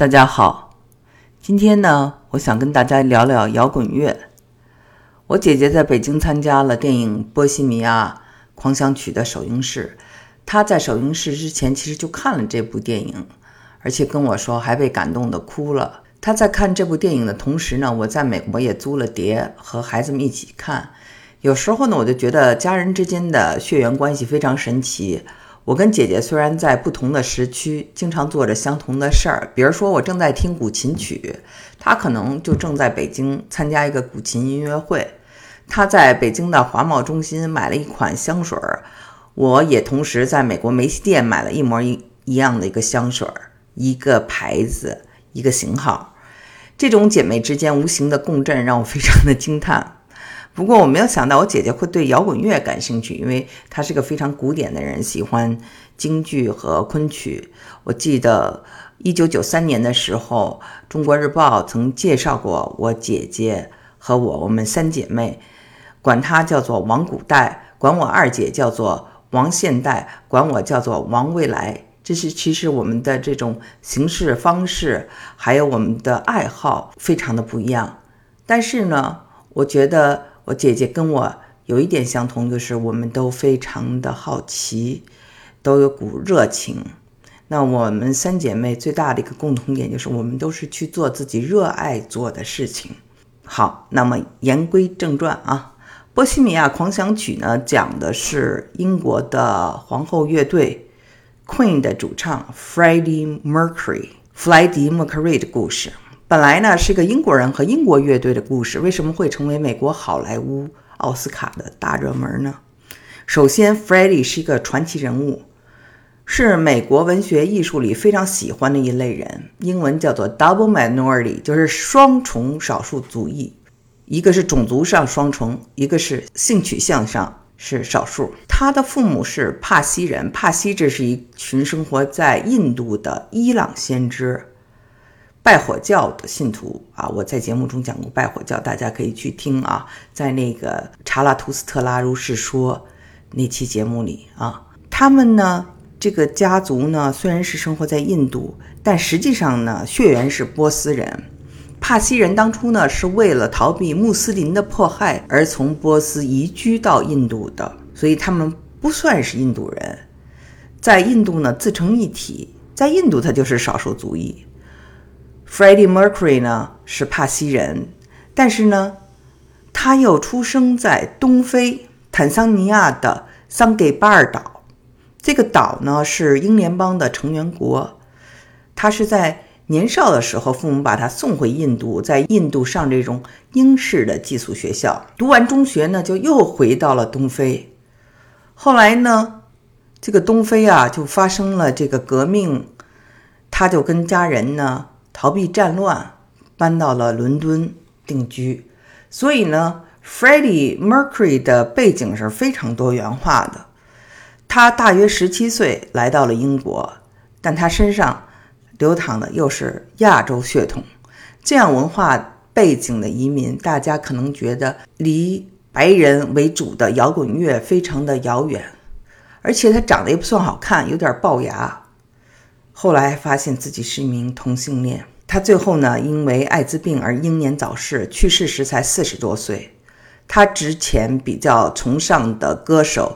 大家好，今天呢，我想跟大家聊聊摇滚乐。我姐姐在北京参加了电影《波西米亚狂想曲》的首映式，她在首映式之前其实就看了这部电影，而且跟我说还被感动的哭了。她在看这部电影的同时呢，我在美国也租了碟和孩子们一起看。有时候呢，我就觉得家人之间的血缘关系非常神奇。我跟姐姐虽然在不同的时区，经常做着相同的事儿，比如说我正在听古琴曲，她可能就正在北京参加一个古琴音乐会。她在北京的华贸中心买了一款香水，我也同时在美国梅西店买了一模一样的一个香水，一个牌子，一个型号。这种姐妹之间无形的共振让我非常的惊叹。不过我没有想到我姐姐会对摇滚乐感兴趣，因为她是个非常古典的人，喜欢京剧和昆曲。我记得1993年的时候，中国日报曾介绍过我姐姐和我们三姐妹，管她叫做王古代，管我二姐叫做王现代，管我叫做王未来。这是其实我们的这种行事方式还有我们的爱好非常的不一样。但是呢，我觉得我姐姐跟我有一点相同，就是我们都非常的好奇，都有股热情。那我们三姐妹最大的一个共同点就是我们都是去做自己热爱做的事情。好，那么言归正传啊，波西米亚狂想曲呢，讲的是英国的皇后乐队 Queen 的主唱 Freddie Mercury 弗莱迪·默克瑞的故事。本来呢是个英国人和英国乐队的故事，为什么会成为美国好莱坞奥斯卡的大热门呢？首先 Freddie 是一个传奇人物，是美国文学艺术里非常喜欢的一类人，英文叫做 double minority， 就是双重少数族裔，一个是种族上双重，一个是性取向上是少数。他的父母是帕西人，帕西这是一群生活在印度的伊朗先知，拜火教的信徒啊，我在节目中讲过拜火教，大家可以去听啊，在那个查拉图斯特拉如是说那期节目里啊。他们呢，这个家族呢，虽然是生活在印度，但实际上呢，血缘是波斯人。帕西人当初呢，是为了逃避穆斯林的迫害而从波斯移居到印度的，所以他们不算是印度人，在印度呢自成一体，在印度他就是少数族裔。Freddie Mercury 呢是帕西人，但是呢他又出生在东非坦桑尼亚的桑给巴尔岛，这个岛呢是英联邦的成员国。他是在年少的时候父母把他送回印度，在印度上这种英式的寄宿学校，读完中学呢就又回到了东非。后来呢这个东非啊就发生了这个革命，他就跟家人呢逃避战乱，搬到了伦敦定居。所以呢 Freddie Mercury 的背景是非常多元化的。他大约17岁来到了英国，但他身上流淌的又是亚洲血统。这样文化背景的移民，大家可能觉得离白人为主的摇滚乐非常的遥远，而且他长得也不算好看，有点龅牙。后来发现自己是一名同性恋，他最后呢因为艾滋病而英年早逝，去世时才40多岁。他之前比较崇尚的歌手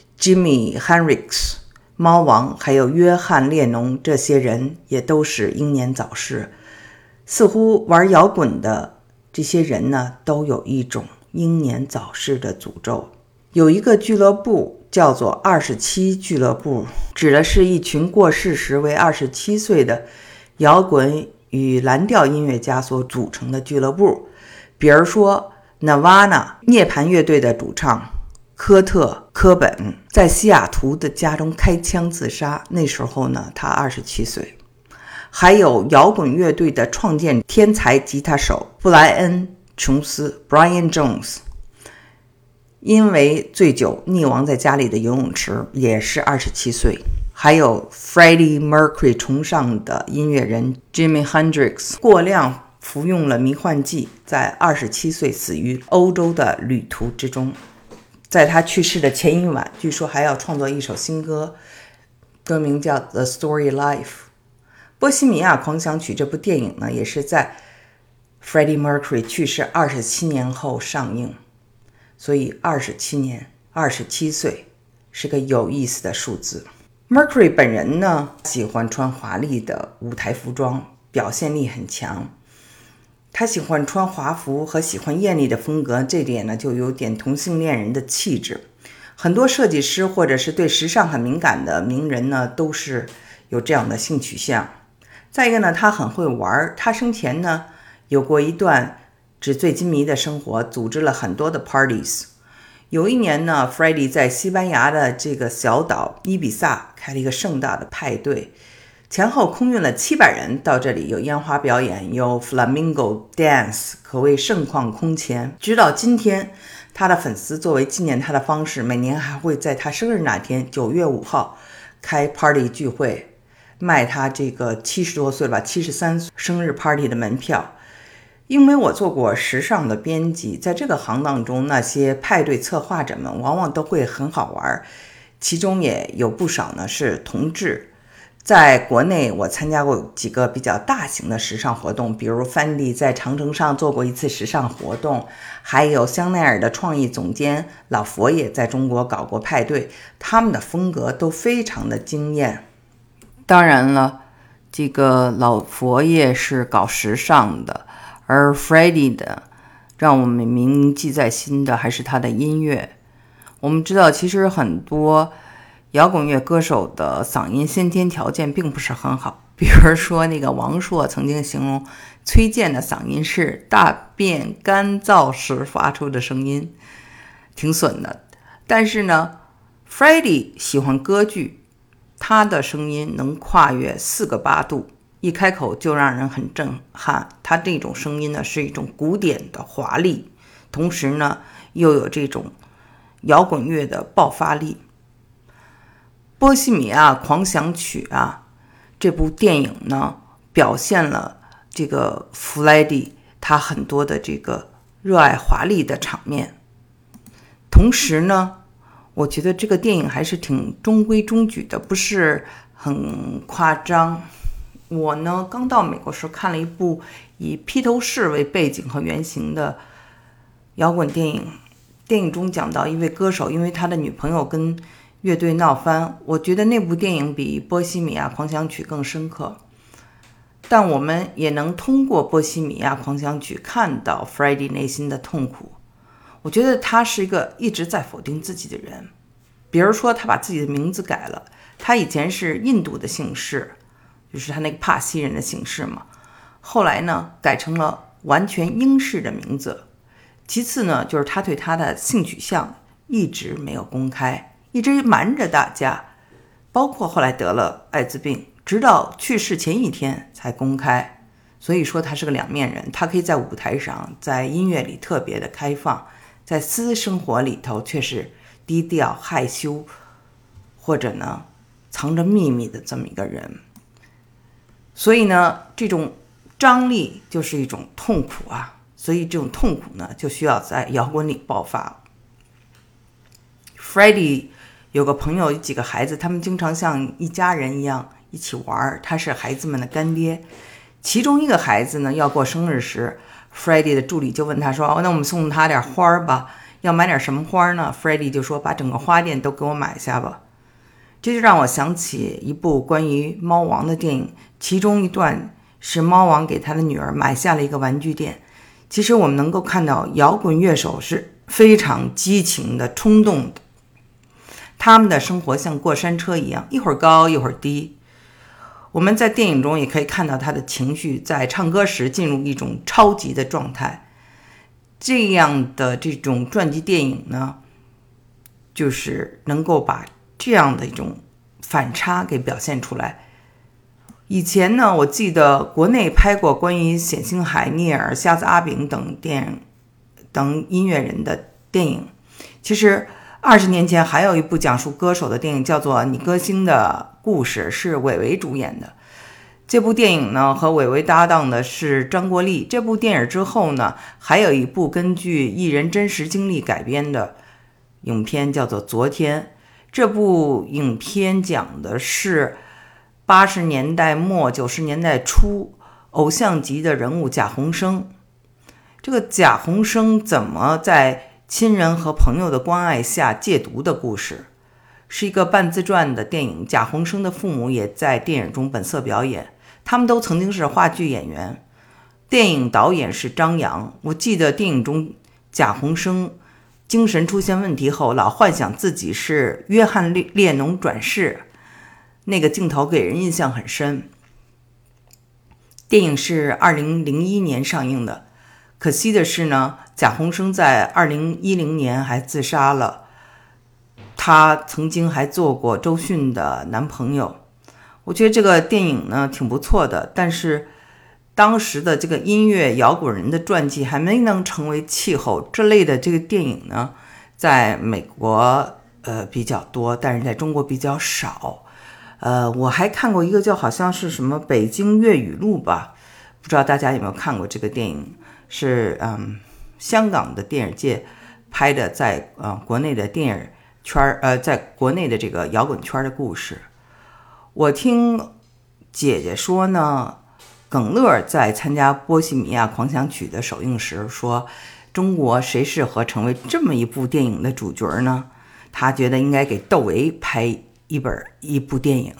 Jimi Hendrix、 猫王还有约翰列侬，这些人也都是英年早逝。似乎玩摇滚的这些人呢都有一种英年早逝的诅咒。有一个俱乐部叫做27俱乐部，指的是一群过世时为27岁的摇滚与蓝调音乐家所组成的俱乐部。比如说 Nirvana 涅槃乐队的主唱科特·科本在西雅图的家中开枪自杀，那时候呢他27岁。还有摇滚乐队的创建天才吉他手布莱恩·琼斯 Brian Jones，因为醉酒溺亡在家里的游泳池，也是27岁。还有 Freddie Mercury 崇尚的音乐人 Jimi Hendrix 过量服用了迷幻剂，在27岁死于欧洲的旅途之中。在他去世的前一晚，据说还要创作一首新歌，歌名叫 The Story Life。 波西米亚狂想曲》这部电影呢，也是在 Freddie Mercury 去世27年后上映，所以27年，27岁是个有意思的数字。Mercury 本人呢，喜欢穿华丽的舞台服装，表现力很强。他喜欢穿华服和喜欢艳丽的风格，这点呢就有点同性恋人的气质。很多设计师或者是对时尚很敏感的名人呢，都是有这样的性取向。再一个呢，他很会玩，他生前呢有过一段纸醉金迷的生活，组织了很多的 parties。有一年呢 Freddie 在西班牙的这个小岛伊比萨开了一个盛大的派对，前后空运了700人到这里，有烟花表演，有 Flamingo Dance， 可谓盛况空前。直到今天，他的粉丝作为纪念他的方式，每年还会在他生日那天9月5号开 party 聚会，卖他这个70多岁了吧，73岁生日 party 的门票。因为我做过时尚的编辑，在这个行当中，那些派对策划者们往往都会很好玩，其中也有不少呢是同志。在国内我参加过几个比较大型的时尚活动，比如范迪在长城上做过一次时尚活动，还有香奈儿的创意总监老佛爷在中国搞过派对，他们的风格都非常的惊艳。当然了，这个老佛爷是搞时尚的，而 Freddie 的让我们铭记在心的还是他的音乐。我们知道其实很多摇滚乐歌手的嗓音先天条件并不是很好，比如说那个王朔曾经形容崔健的嗓音是大便干燥时发出的声音，挺损的。但是呢 Freddie 喜欢歌剧，他的声音能跨越4个8度，一开口就让人很震撼。他这种声音呢是一种古典的华丽，同时呢又有这种摇滚乐的爆发力。波西米亚狂想曲啊，这部电影呢表现了这个弗莱迪他很多的这个热爱华丽的场面。同时呢，我觉得这个电影还是挺中规中矩的，不是很夸张。我呢刚到美国时看了一部以披头士为背景和原型的摇滚电影，电影中讲到一位歌手因为他的女朋友跟乐队闹翻，我觉得那部电影比波西米亚狂想曲更深刻。但我们也能通过波西米亚狂想曲看到 Freddie 内心的痛苦。我觉得他是一个一直在否定自己的人，比如说他把自己的名字改了，他以前是印度的姓氏，就是他那个帕西人的姓氏嘛，后来呢改成了完全英式的名字。其次呢，就是他对他的性取向一直没有公开，一直瞒着大家，包括后来得了艾滋病，直到去世前1天才公开。所以说他是个两面人，他可以在舞台上，在音乐里特别的开放，在私生活里头却是低调害羞，或者呢藏着秘密的这么一个人。所以呢，这种张力就是一种痛苦啊，所以这种痛苦呢就需要在摇滚里爆发。Freddie 有个朋友，有几个孩子，他们经常像一家人一样一起玩，他是孩子们的干爹。其中一个孩子呢要过生日时， Freddie 的助理就问他说，那我们送他点花吧，要买点什么花呢？ Freddie 就说，把整个花店都给我买下吧。这就让我想起一部关于猫王的电影，其中一段是猫王给他的女儿买下了一个玩具店。其实我们能够看到摇滚乐手是非常激情的、冲动的，他们的生活像过山车一样，一会儿高一会儿低。我们在电影中也可以看到他的情绪在唱歌时进入一种超级的状态。这样的这种传记电影呢，就是能够把这样的一种反差给表现出来。以前呢，我记得国内拍过关于冼星海、聂耳、瞎子阿炳等音乐人的电影。其实20年前还有一部讲述歌手的电影，叫做《你歌星的故事》，是韦唯主演的。这部电影呢和韦唯搭档的是张国立。这部电影之后呢，还有一部根据艺人真实经历改编的影片，叫做《昨天》。这部影片讲的是 80年代末90年代初偶像级的人物贾宏声。这个贾宏声怎么在亲人和朋友的关爱下戒毒的故事，是一个半自传的电影。贾宏声的父母也在电影中本色表演，他们都曾经是话剧演员。电影导演是张扬。我记得电影中贾宏声精神出现问题后，老幻想自己是约翰列侬转世，那个镜头给人印象很深。电影是2001年上映的，可惜的是呢，贾宏声在2010年还自杀了。他曾经还做过周迅的男朋友。我觉得这个电影呢挺不错的，但是当时的这个音乐摇滚人的传记还没能成为气候。这类的这个电影呢，在美国比较多，但是在中国比较少。我还看过一个好像是什么北京粤语录吧，不知道大家有没有看过这个电影，是香港的电影界拍的，在国内的电影圈在国内的这个摇滚圈的故事。我听姐姐说呢，耿乐在参加《波西米亚狂想曲》的首映时说，中国谁适合成为这么一部电影的主角呢？他觉得应该给窦唯拍一部电影。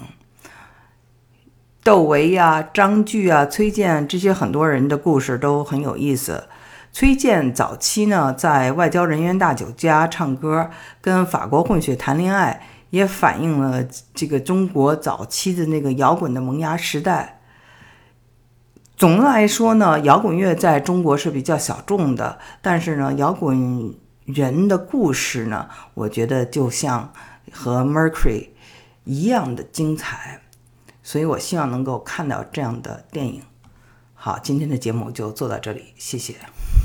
窦唯啊、张炬啊、崔健这些很多人的故事都很有意思。崔健早期呢，在外交人员大酒家唱歌，跟法国混血谈恋爱，也反映了这个中国早期的那个摇滚的萌芽时代。总的来说呢，摇滚乐在中国是比较小众的，但是呢，摇滚人的故事呢，我觉得就像和 Mercury 一样的精彩，所以我希望能够看到这样的电影。好，今天的节目就做到这里，谢谢。